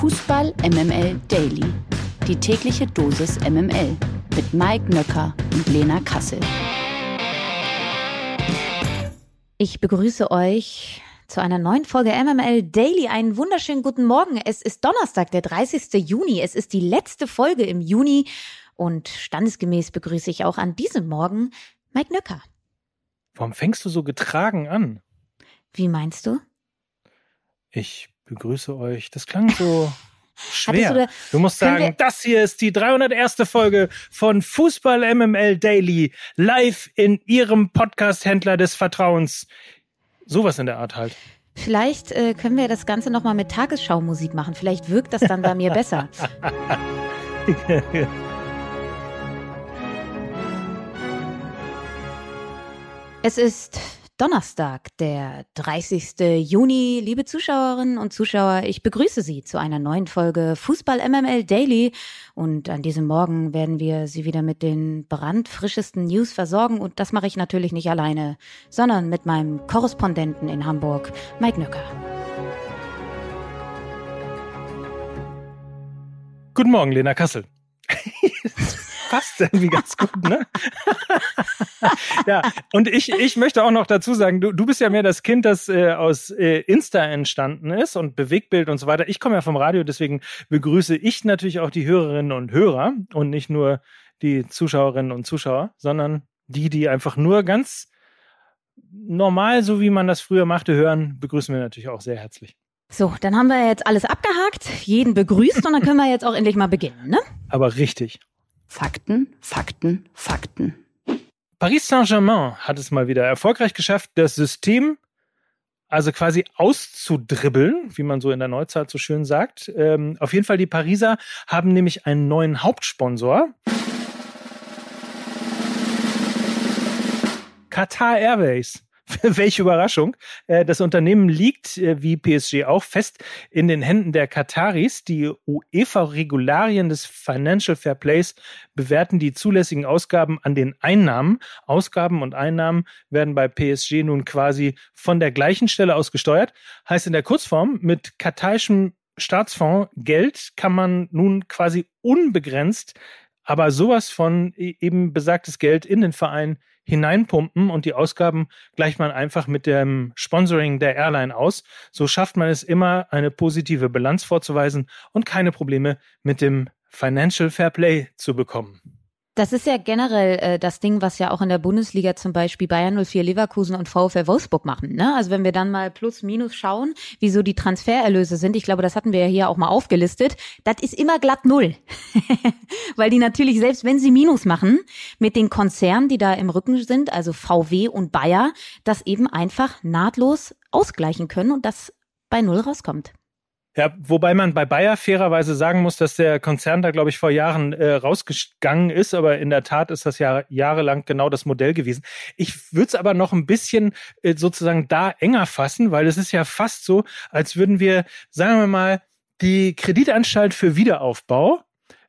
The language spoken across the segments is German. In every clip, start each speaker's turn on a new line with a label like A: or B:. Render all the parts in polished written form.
A: Fußball MML Daily. Die tägliche Dosis MML mit Mike Nöcker und Lena Kassel.
B: Ich begrüße euch zu einer neuen Folge MML Daily. Einen wunderschönen guten Morgen. Es ist Donnerstag, der 30. Juni. Es ist die letzte Folge im Juni. Und standesgemäß begrüße ich auch an diesem Morgen Mike Nöcker.
C: Warum fängst du so getragen an?
B: Wie meinst du?
C: Ich begrüße euch. Das klang so schwer. Du musst sagen, das hier ist die 301. Folge von Fußball MML Daily, live in Ihrem Podcast-Händler des Vertrauens. Sowas in der Art halt.
B: Vielleicht können wir das Ganze nochmal mit Tagesschau-Musik machen. Vielleicht wirkt das dann bei mir besser. Es ist Donnerstag, der 30. Juni. Liebe Zuschauerinnen und Zuschauer, ich begrüße Sie zu einer neuen Folge Fußball MML Daily. Und an diesem Morgen werden wir Sie wieder mit den brandfrischesten News versorgen. Und das mache ich natürlich nicht alleine, sondern mit meinem Korrespondenten in Hamburg, Mike Nöcker.
C: Guten Morgen, Lena Kassel. Passt irgendwie ganz gut, ne? Ja, und ich möchte auch noch dazu sagen, du bist ja mehr das Kind, das aus Insta entstanden ist und Bewegtbild und so weiter. Ich komme ja vom Radio, deswegen begrüße ich natürlich auch die Hörerinnen und Hörer und nicht nur die Zuschauerinnen und Zuschauer, sondern die einfach nur ganz normal, so wie man das früher machte, hören, begrüßen wir natürlich auch sehr herzlich.
B: So, dann haben wir jetzt alles abgehakt, jeden begrüßt und dann können wir jetzt auch endlich mal beginnen, ne?
C: Aber richtig.
A: Fakten, Fakten, Fakten.
C: Paris Saint-Germain hat es mal wieder erfolgreich geschafft, das System also quasi auszudribbeln, wie man so in der Neuzeit so schön sagt. Auf jeden Fall, die Pariser haben nämlich einen neuen Hauptsponsor. Qatar Airways. Welche Überraschung. Das Unternehmen liegt, wie PSG auch, fest in den Händen der Kataris. Die UEFA-Regularien des Financial Fair Plays bewerten die zulässigen Ausgaben an den Einnahmen. Ausgaben und Einnahmen werden bei PSG nun quasi von der gleichen Stelle aus gesteuert. Heißt in der Kurzform, mit katarischem Staatsfonds Geld kann man nun quasi unbegrenzt, aber sowas von eben besagtes Geld in den Verein hineinpumpen und die Ausgaben gleicht man einfach mit dem Sponsoring der Airline aus. So schafft man es immer, eine positive Bilanz vorzuweisen und keine Probleme mit dem Financial Fair Play zu bekommen.
B: Das ist ja generell das Ding, was ja auch in der Bundesliga zum Beispiel Bayern 04 Leverkusen und VfL Wolfsburg machen, ne? Also wenn wir dann mal plus minus schauen, wie so die Transfererlöse sind, ich glaube, das hatten wir ja hier auch mal aufgelistet, das ist immer glatt null. Weil die natürlich, selbst wenn sie Minus machen, mit den Konzernen, die da im Rücken sind, also VW und Bayer, das eben einfach nahtlos ausgleichen können und das bei null rauskommt.
C: Ja, wobei man bei Bayer fairerweise sagen muss, dass der Konzern da, glaube ich, vor Jahren rausgegangen ist, aber in der Tat ist das ja jahrelang genau das Modell gewesen. Ich würde es aber noch ein bisschen sozusagen da enger fassen, weil es ist ja fast so, als würden sagen wir mal, die Kreditanstalt für Wiederaufbau,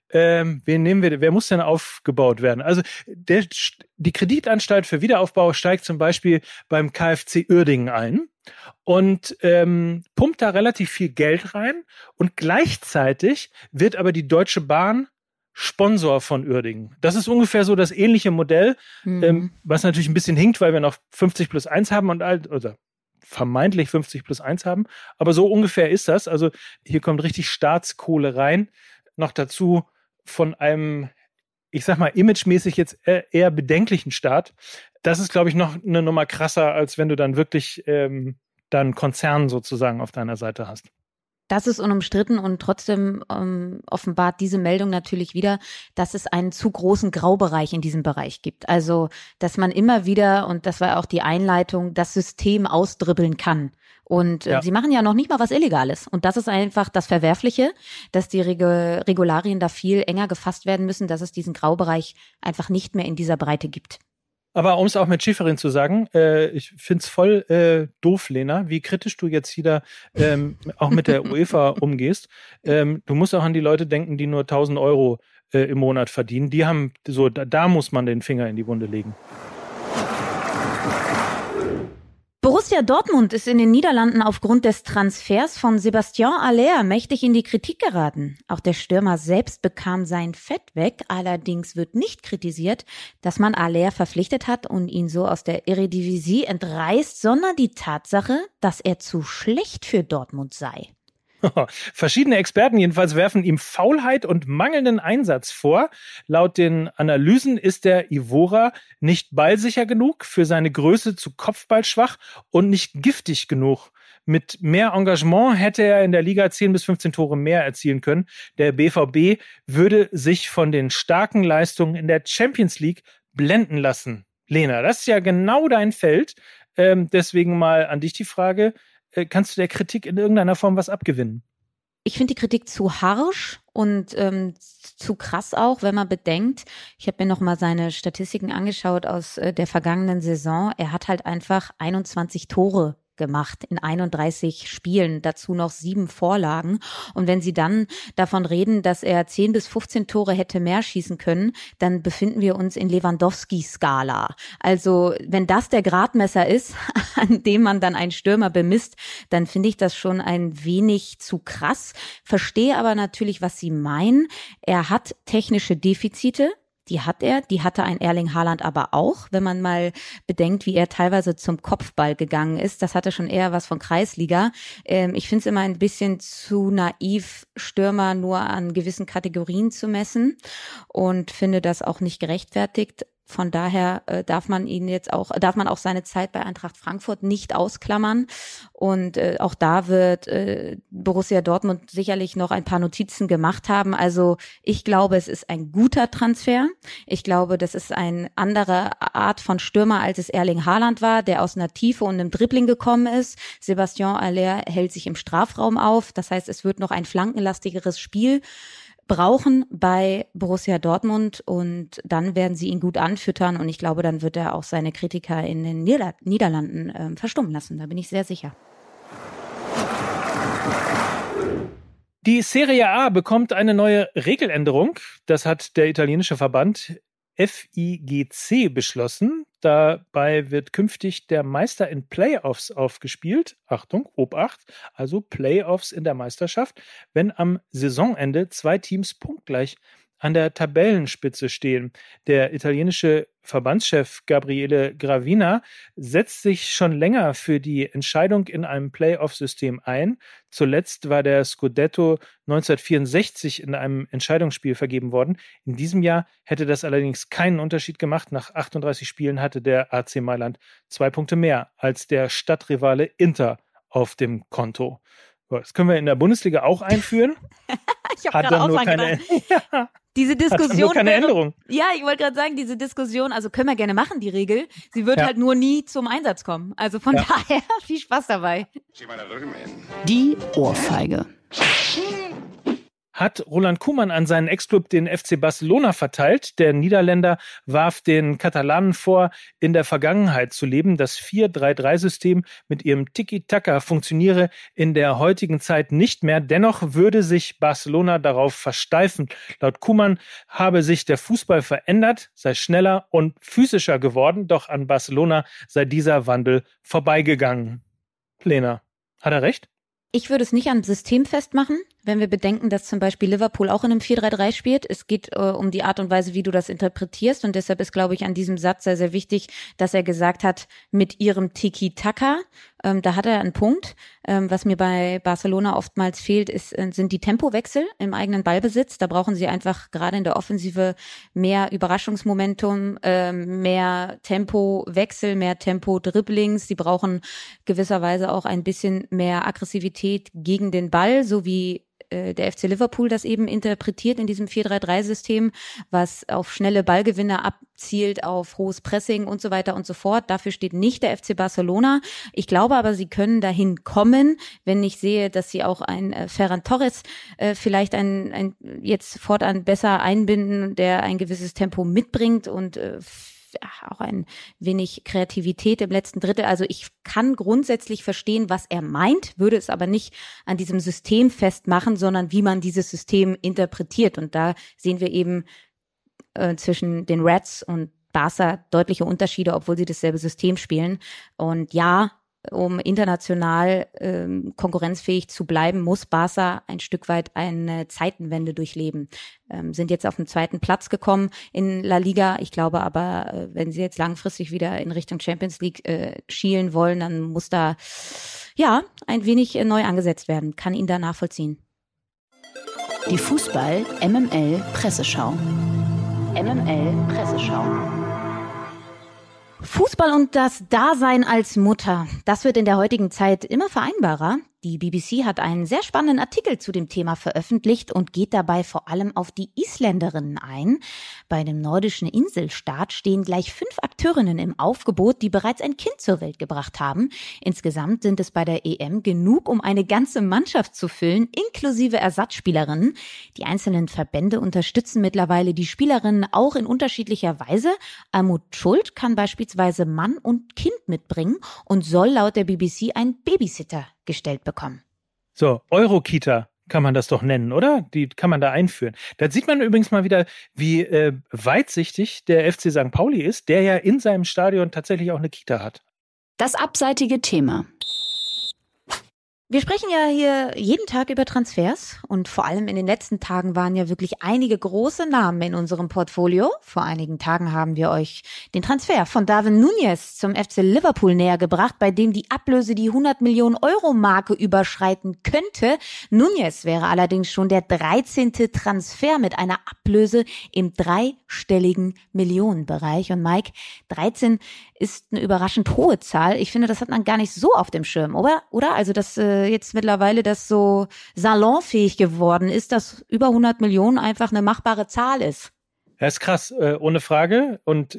C: wer muss denn aufgebaut werden? Also die Kreditanstalt für Wiederaufbau steigt zum Beispiel beim KfC Uerdingen ein und pumpt da relativ viel Geld rein und gleichzeitig wird aber die Deutsche Bahn Sponsor von Uerdingen. Das ist ungefähr so das ähnliche Modell, was natürlich ein bisschen hinkt, weil wir noch 50+1 haben oder vermeintlich 50+1 haben, aber so ungefähr ist das. Also hier kommt richtig Staatskohle rein, noch dazu von einem, ich sag mal, imagemäßig jetzt eher bedenklichen Staat. Das ist, glaube ich, noch eine Nummer krasser, als wenn du dann wirklich dann Konzern sozusagen auf deiner Seite hast.
B: Das ist unumstritten und trotzdem offenbart diese Meldung natürlich wieder, dass es einen zu großen Graubereich in diesem Bereich gibt. Also, dass man immer wieder, und das war auch die Einleitung, das System ausdribbeln kann. Und sie machen ja noch nicht mal was Illegales. Und das ist einfach das Verwerfliche, dass die Regularien da viel enger gefasst werden müssen, dass es diesen Graubereich einfach nicht mehr in dieser Breite gibt.
C: Aber um es auch mit Schäferin zu sagen, ich find's voll doof, Lena, wie kritisch du jetzt wieder auch mit der UEFA umgehst. Du musst auch an die Leute denken, die nur 1.000 Euro im Monat verdienen. Die haben so, da muss man den Finger in die Wunde legen.
B: Borussia Dortmund ist in den Niederlanden aufgrund des Transfers von Sébastien Haller mächtig in die Kritik geraten. Auch der Stürmer selbst bekam sein Fett weg. Allerdings wird nicht kritisiert, dass man Haller verpflichtet hat und ihn so aus der Eredivisie entreißt, sondern die Tatsache, dass er zu schlecht für Dortmund sei.
C: Verschiedene Experten jedenfalls werfen ihm Faulheit und mangelnden Einsatz vor. Laut den Analysen ist der Ivorer nicht ballsicher genug, für seine Größe zu kopfballschwach und nicht giftig genug. Mit mehr Engagement hätte er in der Liga 10 bis 15 Tore mehr erzielen können. Der BVB würde sich von den starken Leistungen in der Champions League blenden lassen. Lena, das ist ja genau dein Feld. Deswegen mal an dich die Frage: Kannst du der Kritik in irgendeiner Form was abgewinnen?
B: Ich finde die Kritik zu harsch und zu krass auch, wenn man bedenkt, ich habe mir noch mal seine Statistiken angeschaut aus der vergangenen Saison. Er hat halt einfach 21 Tore gemacht in 31 Spielen, dazu noch 7 Vorlagen. Und wenn Sie dann davon reden, dass er 10 bis 15 Tore hätte mehr schießen können, dann befinden wir uns in Lewandowski-Skala. Also wenn das der Gradmesser ist, an dem man dann einen Stürmer bemisst, dann finde ich das schon ein wenig zu krass. Verstehe aber natürlich, was Sie meinen. Er hat technische Defizite. Die hatte ein Erling Haaland aber auch, wenn man mal bedenkt, wie er teilweise zum Kopfball gegangen ist. Das hatte schon eher was von Kreisliga. Ich finde es immer ein bisschen zu naiv, Stürmer nur an gewissen Kategorien zu messen und finde das auch nicht gerechtfertigt. Von daher darf man auch seine Zeit bei Eintracht Frankfurt nicht ausklammern. Und auch da wird Borussia Dortmund sicherlich noch ein paar Notizen gemacht haben. Also ich glaube, es ist ein guter Transfer. Ich glaube, das ist eine andere Art von Stürmer, als es Erling Haaland war, der aus einer Tiefe und einem Dribbling gekommen ist. Sébastien Haller hält sich im Strafraum auf. Das heißt, es wird noch ein flankenlastigeres Spiel brauchen bei Borussia Dortmund und dann werden sie ihn gut anfüttern und ich glaube, dann wird er auch seine Kritiker in den Niederlanden verstummen lassen. Da bin ich sehr sicher.
C: Die Serie A bekommt eine neue Regeländerung. Das hat der italienische Verband FIGC beschlossen. Dabei wird künftig der Meister in Playoffs aufgespielt. Achtung, Obacht, also Playoffs in der Meisterschaft, wenn am Saisonende 2 Teams punktgleich an der Tabellenspitze stehen. Der italienische Verbandschef Gabriele Gravina setzt sich schon länger für die Entscheidung in einem Playoff-System ein. Zuletzt war der Scudetto 1964 in einem Entscheidungsspiel vergeben worden. In diesem Jahr hätte das allerdings keinen Unterschied gemacht. Nach 38 Spielen hatte der AC Mailand 2 Punkte mehr als der Stadtrivale Inter auf dem Konto. Das können wir in der Bundesliga auch einführen.
B: Ich habe gerade auch dran gedacht. Diese Diskussion
C: keine Änderung.
B: Ja, ich wollte gerade sagen, diese Diskussion, also können wir gerne machen, die Regel. Sie wird halt nur nie zum Einsatz kommen. Also von daher viel Spaß dabei.
A: Die Ohrfeige.
C: Hat Ronald Koeman an seinen Ex-Club den FC Barcelona verteilt. Der Niederländer warf den Katalanen vor, in der Vergangenheit zu leben. Das 4-3-3-System mit ihrem Tiki-Taka funktioniere in der heutigen Zeit nicht mehr. Dennoch würde sich Barcelona darauf versteifen. Laut Koeman habe sich der Fußball verändert, sei schneller und physischer geworden. Doch an Barcelona sei dieser Wandel vorbeigegangen. Lena, hat er recht?
B: Ich würde es nicht am System festmachen, wenn wir bedenken, dass zum Beispiel Liverpool auch in einem 4-3-3 spielt. Es geht um die Art und Weise, wie du das interpretierst und deshalb ist, glaube ich, an diesem Satz sehr, sehr wichtig, dass er gesagt hat, mit ihrem Tiki-Taka. Da hat er einen Punkt. Was mir bei Barcelona oftmals fehlt, sind die Tempowechsel im eigenen Ballbesitz. Da brauchen sie einfach gerade in der Offensive mehr Überraschungsmomentum, mehr Tempowechsel, mehr Tempo-Dribblings. Sie brauchen gewisserweise auch ein bisschen mehr Aggressivität gegen den Ball, so wie der FC Liverpool das eben interpretiert in diesem 4-3-3-System, was auf schnelle Ballgewinne abzielt, auf hohes Pressing und so weiter und so fort. Dafür steht nicht der FC Barcelona. Ich glaube aber, sie können dahin kommen, wenn ich sehe, dass sie auch ein Ferran Torres vielleicht ein jetzt fortan besser einbinden, der ein gewisses Tempo mitbringt und auch ein wenig Kreativität im letzten Drittel. Also ich kann grundsätzlich verstehen, was er meint, würde es aber nicht an diesem System festmachen, sondern wie man dieses System interpretiert. Und da sehen wir eben zwischen den Reds und Barca deutliche Unterschiede, obwohl sie dasselbe System spielen. Und ja, um international konkurrenzfähig zu bleiben, muss Barca ein Stück weit eine Zeitenwende durchleben. Sind jetzt auf den 2. Platz gekommen in La Liga. Ich glaube aber, wenn sie jetzt langfristig wieder in Richtung Champions League schielen wollen, dann muss da ein wenig neu angesetzt werden. Kann ihn da nachvollziehen.
A: Die Fußball MML Presseschau. MML Presseschau.
B: Fußball und das Dasein als Mutter, das wird in der heutigen Zeit immer vereinbarer. Die BBC hat einen sehr spannenden Artikel zu dem Thema veröffentlicht und geht dabei vor allem auf die Isländerinnen ein. Bei dem nordischen Inselstaat stehen gleich 5 Akteurinnen im Aufgebot, die bereits ein Kind zur Welt gebracht haben. Insgesamt sind es bei der EM genug, um eine ganze Mannschaft zu füllen, inklusive Ersatzspielerinnen. Die einzelnen Verbände unterstützen mittlerweile die Spielerinnen auch in unterschiedlicher Weise. Almut Schuld kann beispielsweise Mann und Kind mitbringen und soll laut der BBC einen Babysitter gestellt bekommen.
C: So, Eurokita kann man das doch nennen, oder? Die kann man da einführen. Da sieht man übrigens mal wieder, wie weitsichtig der FC St. Pauli ist, der ja in seinem Stadion tatsächlich auch eine Kita hat.
A: Das abseitige Thema.
B: Wir sprechen ja hier jeden Tag über Transfers und vor allem in den letzten Tagen waren ja wirklich einige große Namen in unserem Portfolio. Vor einigen Tagen haben wir euch den Transfer von Darwin Núñez zum FC Liverpool näher gebracht, bei dem die Ablöse die 100 Millionen Euro Marke überschreiten könnte. Núñez wäre allerdings schon der 13. Transfer mit einer Ablöse im dreistelligen Millionenbereich. Und Mike, 13 ist eine überraschend hohe Zahl. Ich finde, das hat man gar nicht so auf dem Schirm, oder? Also, dass jetzt mittlerweile das so salonfähig geworden ist, dass über 100 Millionen einfach eine machbare Zahl ist.
C: Ja, ist krass, ohne Frage. Und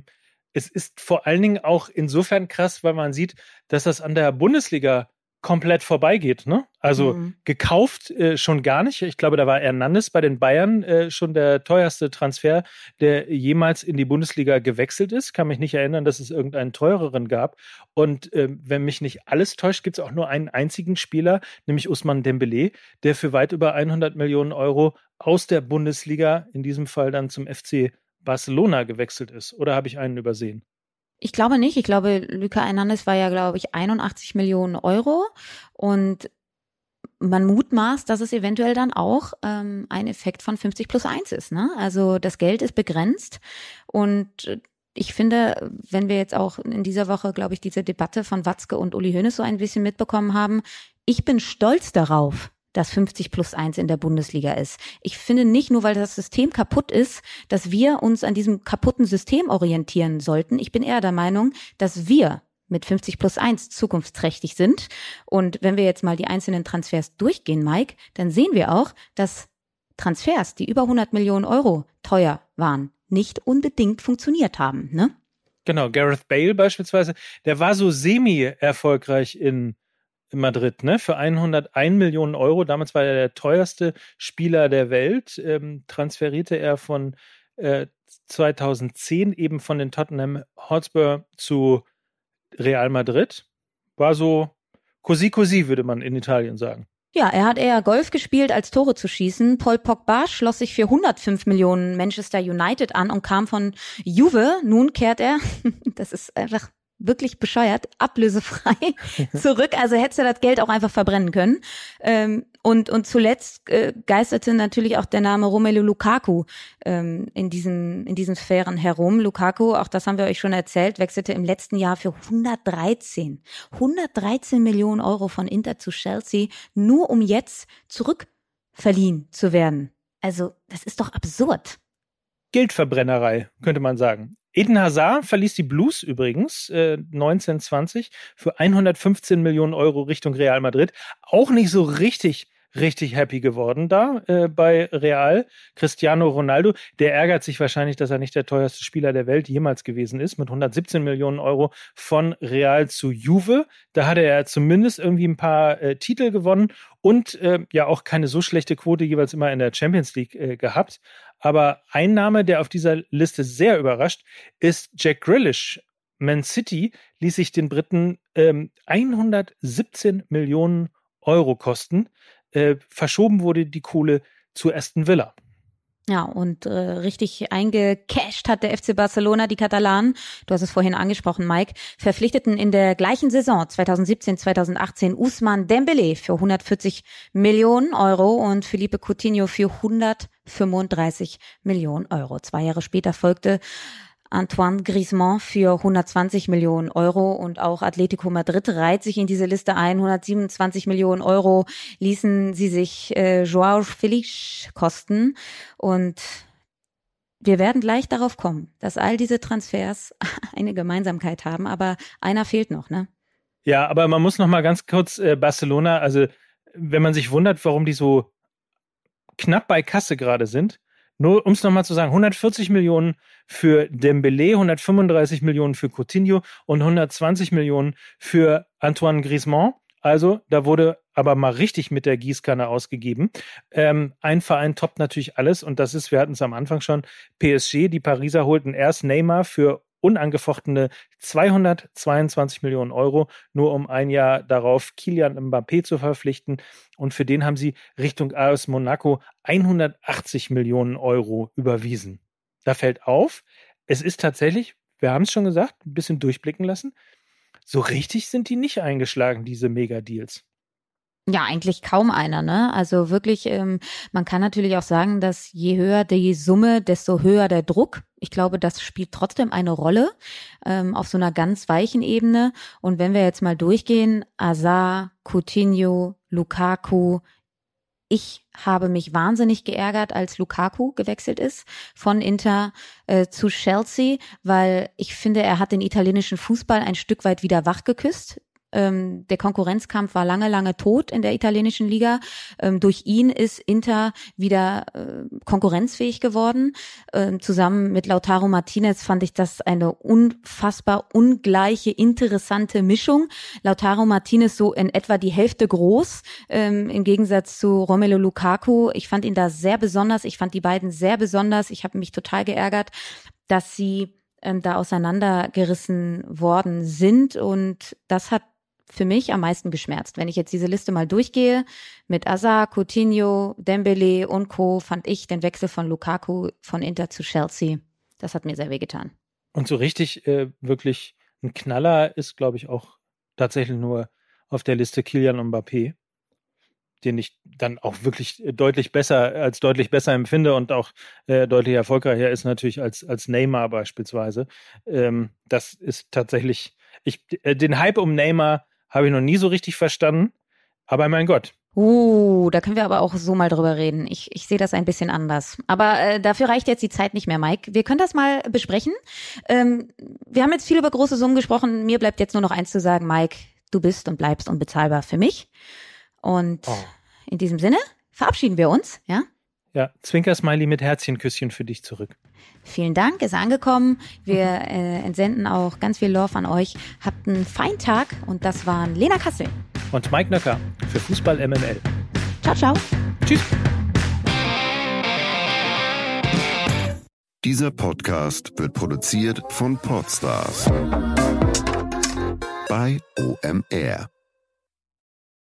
C: es ist vor allen Dingen auch insofern krass, weil man sieht, dass das an der Bundesliga komplett vorbeigeht, ne? Also gekauft schon gar nicht. Ich glaube, da war Hernandez bei den Bayern schon der teuerste Transfer, der jemals in die Bundesliga gewechselt ist. Kann mich nicht erinnern, dass es irgendeinen teureren gab. Und wenn mich nicht alles täuscht, gibt es auch nur einen einzigen Spieler, nämlich Ousmane Dembélé, der für weit über 100 Millionen Euro aus der Bundesliga, in diesem Fall dann zum FC Barcelona gewechselt ist. Oder habe ich einen übersehen?
B: Ich glaube nicht. Ich glaube, Lucas Hernandez war ja, glaube ich, 81 Millionen Euro und man mutmaßt, dass es eventuell dann auch ein Effekt von 50+1 ist, ne? Also das Geld ist begrenzt und ich finde, wenn wir jetzt auch in dieser Woche, glaube ich, diese Debatte von Watzke und Uli Hoeneß so ein bisschen mitbekommen haben, ich bin stolz darauf, dass 50+1 in der Bundesliga ist. Ich finde nicht nur, weil das System kaputt ist, dass wir uns an diesem kaputten System orientieren sollten. Ich bin eher der Meinung, dass wir mit 50+1 zukunftsträchtig sind. Und wenn wir jetzt mal die einzelnen Transfers durchgehen, Mike, dann sehen wir auch, dass Transfers, die über 100 Millionen Euro teuer waren, nicht unbedingt funktioniert haben, ne?
C: Genau, Gareth Bale beispielsweise, der war so semi-erfolgreich in Madrid, ne? Für 101 Millionen Euro. Damals war er der teuerste Spieler der Welt. Transferierte er von 2010 eben von den Tottenham Hotspur zu Real Madrid. War so così, würde man in Italien sagen.
B: Ja, er hat eher Golf gespielt, als Tore zu schießen. Paul Pogba schloss sich für 105 Millionen Manchester United an und kam von Juve. Nun kehrt er, das ist einfach wirklich bescheuert, ablösefrei zurück. Also hättest du das Geld auch einfach verbrennen können. Und zuletzt geisterte natürlich auch der Name Romelu Lukaku in diesen Sphären herum. Lukaku, auch das haben wir euch schon erzählt, wechselte im letzten Jahr für 113 Millionen Euro von Inter zu Chelsea, nur um jetzt zurückverliehen zu werden. Also das ist doch absurd.
C: Geldverbrennerei, könnte man sagen. Eden Hazard verließ die Blues übrigens 1920 für 115 Millionen Euro Richtung Real Madrid. Auch nicht so richtig happy geworden da bei Real. Cristiano Ronaldo, der ärgert sich wahrscheinlich, dass er nicht der teuerste Spieler der Welt jemals gewesen ist, mit 117 Millionen Euro von Real zu Juve. Da hatte er zumindest irgendwie ein paar Titel gewonnen und ja auch keine so schlechte Quote jeweils immer in der Champions League gehabt. Aber ein Name, der auf dieser Liste sehr überrascht, ist Jack Grealish. Man City ließ sich den Briten 117 Millionen Euro kosten. Verschoben wurde die Kohle zu Aston Villa.
B: Ja, und richtig eingecasht hat der FC Barcelona, die Katalanen, du hast es vorhin angesprochen, Mike, verpflichteten in der gleichen Saison 2017-2018 Ousmane Dembélé für 140 Millionen Euro und Philippe Coutinho für 135 Millionen Euro. 2 Jahre später folgte Antoine Griezmann für 120 Millionen Euro und auch Atletico Madrid reiht sich in diese Liste ein. 127 Millionen Euro ließen sie sich João Felix kosten und wir werden gleich darauf kommen, dass all diese Transfers eine Gemeinsamkeit haben, aber einer fehlt noch, ne?
C: Ja, aber man muss noch mal ganz kurz Barcelona, also wenn man sich wundert, warum die so knapp bei Kasse gerade sind, nur um es nochmal zu sagen, 140 Millionen für Dembélé, 135 Millionen für Coutinho und 120 Millionen für Antoine Griezmann. Also da wurde aber mal richtig mit der Gießkanne ausgegeben. Ein Verein toppt natürlich alles und das ist, wir hatten es am Anfang schon, PSG. Die Pariser holten erst Neymar für unangefochtene 222 Millionen Euro, nur um ein Jahr darauf Kylian Mbappé zu verpflichten. Und für den haben sie Richtung AS Monaco 180 Millionen Euro überwiesen. Da fällt auf, es ist tatsächlich, wir haben es schon gesagt, ein bisschen durchblicken lassen, so richtig sind die nicht eingeschlagen, diese Mega-Deals.
B: Ja, eigentlich kaum einer, ne? Also wirklich, man kann natürlich auch sagen, dass je höher die Summe, desto höher der Druck. Ich glaube, das spielt trotzdem eine Rolle auf so einer ganz weichen Ebene. Und wenn wir jetzt mal durchgehen, Hazard, Coutinho, Lukaku, ich habe mich wahnsinnig geärgert, als Lukaku gewechselt ist von Inter zu Chelsea, weil ich finde, er hat den italienischen Fußball ein Stück weit wieder wachgeküsst. Der Konkurrenzkampf war lange, lange tot in der italienischen Liga. Durch ihn ist Inter wieder konkurrenzfähig geworden. Zusammen mit Lautaro Martinez fand ich das eine unfassbar ungleiche, interessante Mischung. Lautaro Martinez so in etwa die Hälfte groß, im Gegensatz zu Romelu Lukaku. Ich fand ihn da sehr besonders. Ich fand die beiden sehr besonders. Ich habe mich total geärgert, dass sie da auseinandergerissen worden sind. Und das hat für mich am meisten geschmerzt. Wenn ich jetzt diese Liste mal durchgehe, mit Hazard, Coutinho, Dembélé und Co., fand ich den Wechsel von Lukaku von Inter zu Chelsea, das hat mir sehr wehgetan.
C: Und so richtig wirklich ein Knaller ist, glaube ich, auch tatsächlich nur auf der Liste Kylian Mbappé, den ich dann auch wirklich deutlich besser empfinde und auch deutlich erfolgreicher ist natürlich als Neymar beispielsweise. Das ist tatsächlich, den Hype um Neymar habe ich noch nie so richtig verstanden, aber mein Gott.
B: Da können wir aber auch so mal drüber reden. Ich sehe das ein bisschen anders. Aber dafür reicht jetzt die Zeit nicht mehr, Mike. Wir können das mal besprechen. Wir haben jetzt viel über große Summen gesprochen. Mir bleibt jetzt nur noch eins zu sagen, Mike, du bist und bleibst unbezahlbar für mich. Und in diesem Sinne verabschieden wir uns, ja?
C: Ja, Zwinker-Smiley mit Herzchenküsschen für dich zurück.
B: Vielen Dank, ist angekommen. Wir entsenden auch ganz viel Love an euch. Habt einen feinen Tag und das waren Lena Kassel
C: und Mike Nöcker für Fußball MML.
B: Ciao, ciao.
C: Tschüss.
D: Dieser Podcast wird produziert von Podstars bei OMR.